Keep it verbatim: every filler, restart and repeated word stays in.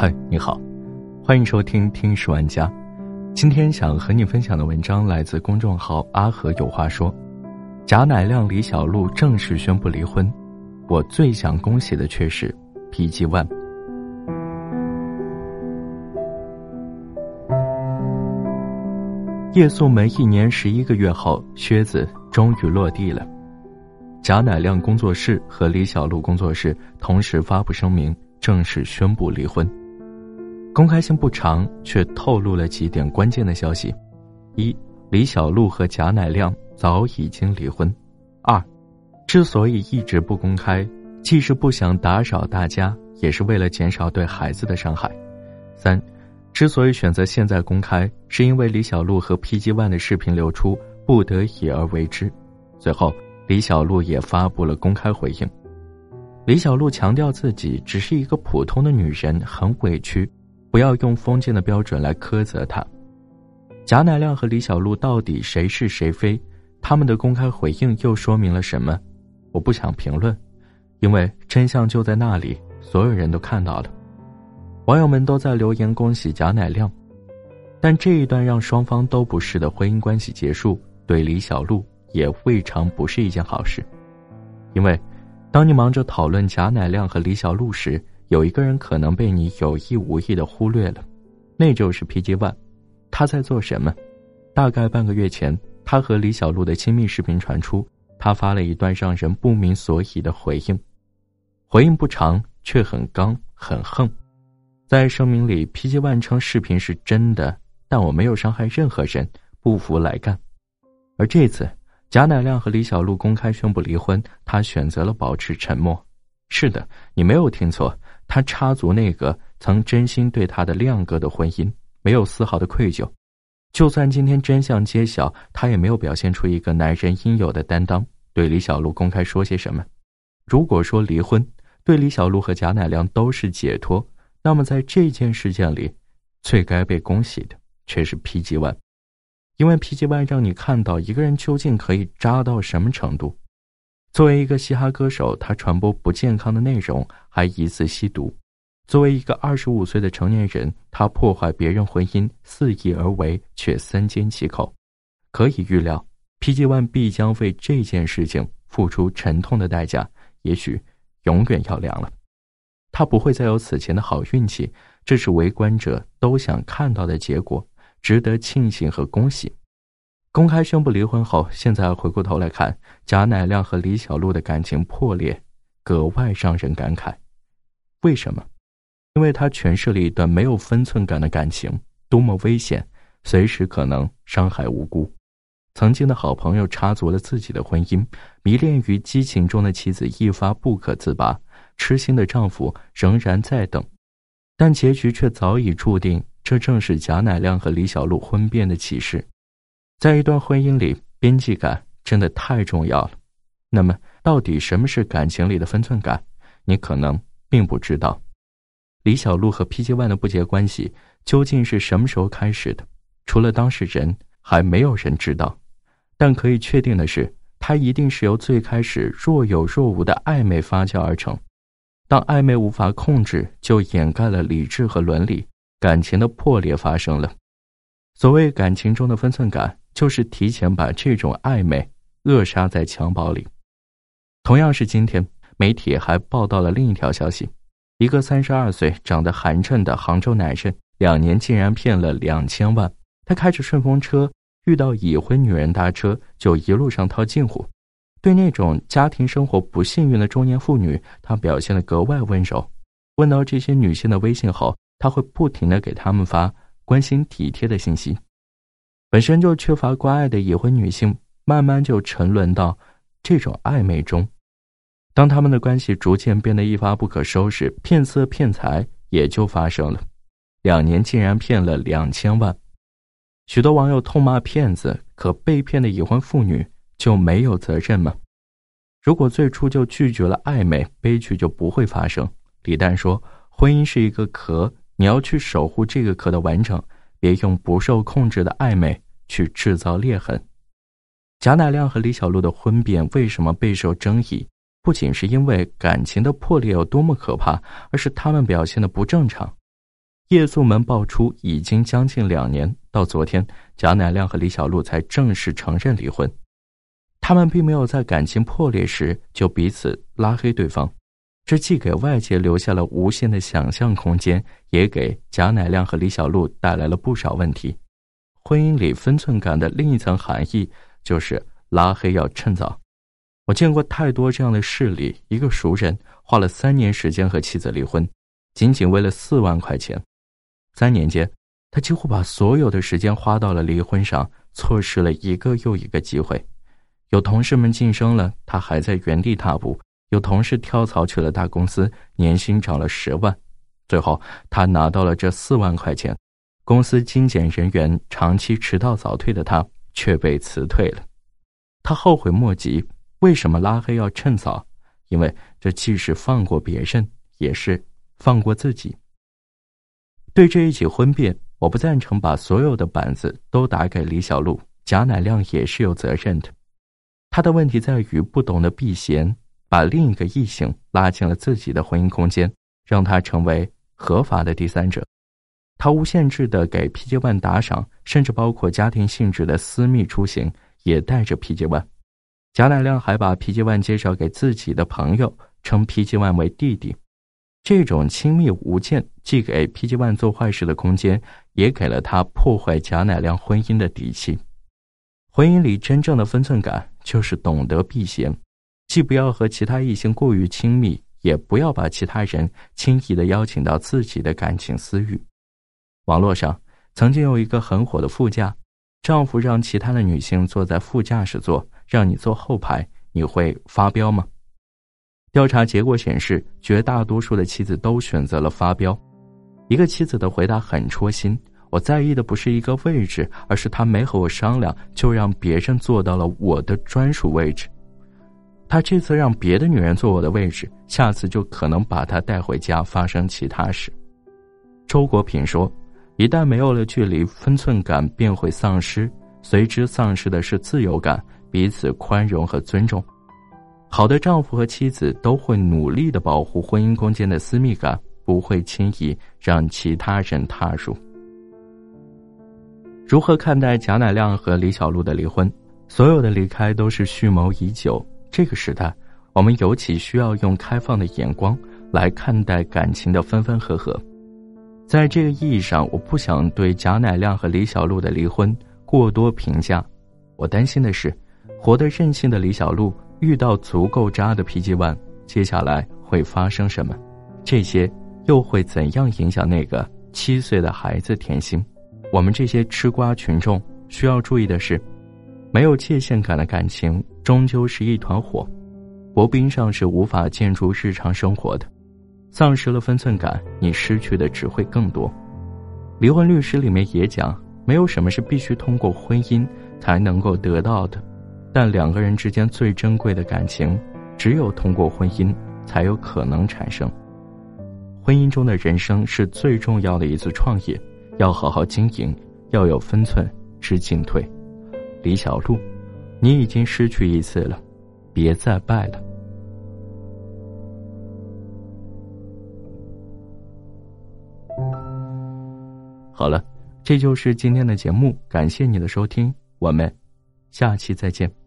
嗨，你好，欢迎收听听识玩家。今天想和你分享的文章来自公众号阿和有话说。贾乃亮、李小璐正式宣布离婚，我最想恭喜的却是 P G One。 夜宿门一年十一个月后，靴子终于落地了。贾乃亮工作室和李小璐工作室同时发布声明，正式宣布离婚。公开性不长，却透露了几点关键的消息：一、李小璐和贾乃亮早已经离婚；二、之所以一直不公开，既是不想打扰大家，也是为了减少对孩子的伤害；三、之所以选择现在公开，是因为李小璐和 P G One 的视频流出，不得已而为之。最后，李小璐也发布了公开回应。李小璐强调自己只是一个普通的女人，很委屈，不要用封建的标准来苛责她。贾乃亮和李小璐到底谁是谁非？他们的公开回应又说明了什么？我不想评论，因为真相就在那里，所有人都看到了。网友们都在留言恭喜贾乃亮，但这一段让双方都不是的婚姻关系结束，对李小璐也未尝不是一件好事。因为当你忙着讨论贾乃亮和李小璐时，有一个人可能被你有意无意地忽略了，那就是 P G One。 他在做什么？大概半个月前，他和李小璐的亲密视频传出，他发了一段让人不明所以的回应。回应不长，却很刚很横。在声明里， P G One 称视频是真的，但我没有伤害任何人，不服来干。而这次贾乃亮和李小璐公开宣布离婚，他选择了保持沉默。是的，你没有听错，他插足那个曾真心对他的亮哥的婚姻，没有丝毫的愧疚。就算今天真相揭晓，他也没有表现出一个男人应有的担当，对李小璐公开说些什么。如果说离婚对李小璐和贾乃亮都是解脱，那么在这件事件里，最该被恭喜的却是 P G One。 因为 P G One 让你看到一个人究竟可以渣到什么程度。作为一个嘻哈歌手，他传播不健康的内容，还疑似吸毒；作为一个二十五岁的成年人，他破坏别人婚姻，肆意而为，却三缄其口。可以预料 P G One 必将为这件事情付出沉痛的代价，也许永远要凉了。他不会再有此前的好运气，这是围观者都想看到的结果，值得庆幸和恭喜。公开宣布离婚后，现在回过头来看，贾乃亮和李小璐的感情破裂，格外让人感慨。为什么？因为他诠释了一段没有分寸感的感情，多么危险，随时可能伤害无辜。曾经的好朋友插足了自己的婚姻，迷恋于激情中的妻子一发不可自拔，痴心的丈夫仍然在等，但结局却早已注定，这正是贾乃亮和李小璐婚变的启示。在一段婚姻里，边际感真的太重要了。那么，到底什么是感情里的分寸感？你可能并不知道。李小璐和 P G One 的不洁关系究竟是什么时候开始的？除了当事人，还没有人知道。但可以确定的是，它一定是由最开始若有若无的暧昧发酵而成。当暧昧无法控制，就掩盖了理智和伦理，感情的破裂发生了。所谓感情中的分寸感，就是提前把这种暧昧扼杀在襁褓里。同样是今天，媒体还报道了另一条消息，一个三十二岁长得寒碜的杭州男人，两年竟然骗了两千万。他开着顺风车，遇到已婚女人搭车，就一路上套近乎。对那种家庭生活不幸运的中年妇女，他表现得格外温柔。问到这些女性的微信后，他会不停地给她们发关心体贴的信息。本身就缺乏关爱的已婚女性，慢慢就沉沦到这种暧昧中。当他们的关系逐渐变得一发不可收拾，骗色骗财也就发生了。两年竟然骗了两千万。许多网友痛骂骗子，可被骗的已婚妇女就没有责任吗？如果最初就拒绝了暧昧，悲剧就不会发生。李诞说，婚姻是一个壳，你要去守护这个壳的完整，别用不受控制的暧昧去制造裂痕。贾乃亮和李小璐的婚变为什么备受争议？不仅是因为感情的破裂有多么可怕，而是他们表现的不正常。 夜宿门爆出已经将近两年，到昨天，贾乃亮和李小璐才正式承认离婚。他们并没有在感情破裂时就彼此拉黑对方，这既给外界留下了无限的想象空间，也给贾乃亮和李小璐带来了不少问题。婚姻里分寸感的另一层含义就是拉黑要趁早。我见过太多这样的事例，一个熟人花了三年时间和妻子离婚，仅仅为了四万块钱。三年间，他几乎把所有的时间花到了离婚上，错失了一个又一个机会。有同事们晋升了，他还在原地踏步；有同事跳槽去了大公司，年薪涨了十万。最后，他拿到了这四万块钱，公司精简人员，长期迟到早退的他却被辞退了。他后悔莫及，为什么拉黑要趁早？因为这既是放过别人，也是放过自己。对这一起婚变，我不赞成把所有的板子都打给李小璐，贾乃亮也是有责任的。他的问题在于不懂得避嫌，把另一个异性拉进了自己的婚姻空间，让他成为合法的第三者。他无限制地给 P J 一 打赏，甚至包括家庭性质的私密出行也带着 P J 一。贾乃亮还把 P J 一 介绍给自己的朋友，称 P J 一 为弟弟。这种亲密无间，既给 P J 一 做坏事的空间，也给了他破坏贾乃亮婚姻的底气。婚姻里真正的分寸感就是懂得避嫌，既不要和其他异性过于亲密，也不要把其他人轻易地邀请到自己的感情私域。网络上曾经有一个很火的副驾，丈夫让其他的女性坐在副驾驶座，让你坐后排，你会发飙吗？调查结果显示，绝大多数的妻子都选择了发飙。一个妻子的回答很戳心，我在意的不是一个位置，而是他没和我商量，就让别人坐到了我的专属位置。他这次让别的女人坐我的位置，下次就可能把她带回家发生其他事。周国平说，一旦没有了距离，分寸感便会丧失，随之丧失的是自由感、彼此宽容和尊重。好的丈夫和妻子都会努力地保护婚姻空间的私密感，不会轻易让其他人踏入。如何看待贾乃亮和李小璐的离婚？所有的离开都是蓄谋已久。这个时代，我们尤其需要用开放的眼光来看待感情的分分合合。在这个意义上，我不想对贾乃亮和李小璐的离婚过多评价。我担心的是，活得任性的李小璐遇到足够渣的 P J 一，接下来会发生什么？这些又会怎样影响那个七岁的孩子甜心？我们这些吃瓜群众需要注意的是，没有界限感的感情终究是一团火，薄冰上是无法建筑日常生活的。丧失了分寸感，你失去的只会更多。离婚律师里面也讲，没有什么是必须通过婚姻才能够得到的，但两个人之间最珍贵的感情，只有通过婚姻才有可能产生。婚姻中的人生是最重要的一次创业，要好好经营，要有分寸，知进退。李小璐，你已经失去一次了，别再败了。好了，这就是今天的节目，感谢你的收听，我们下期再见。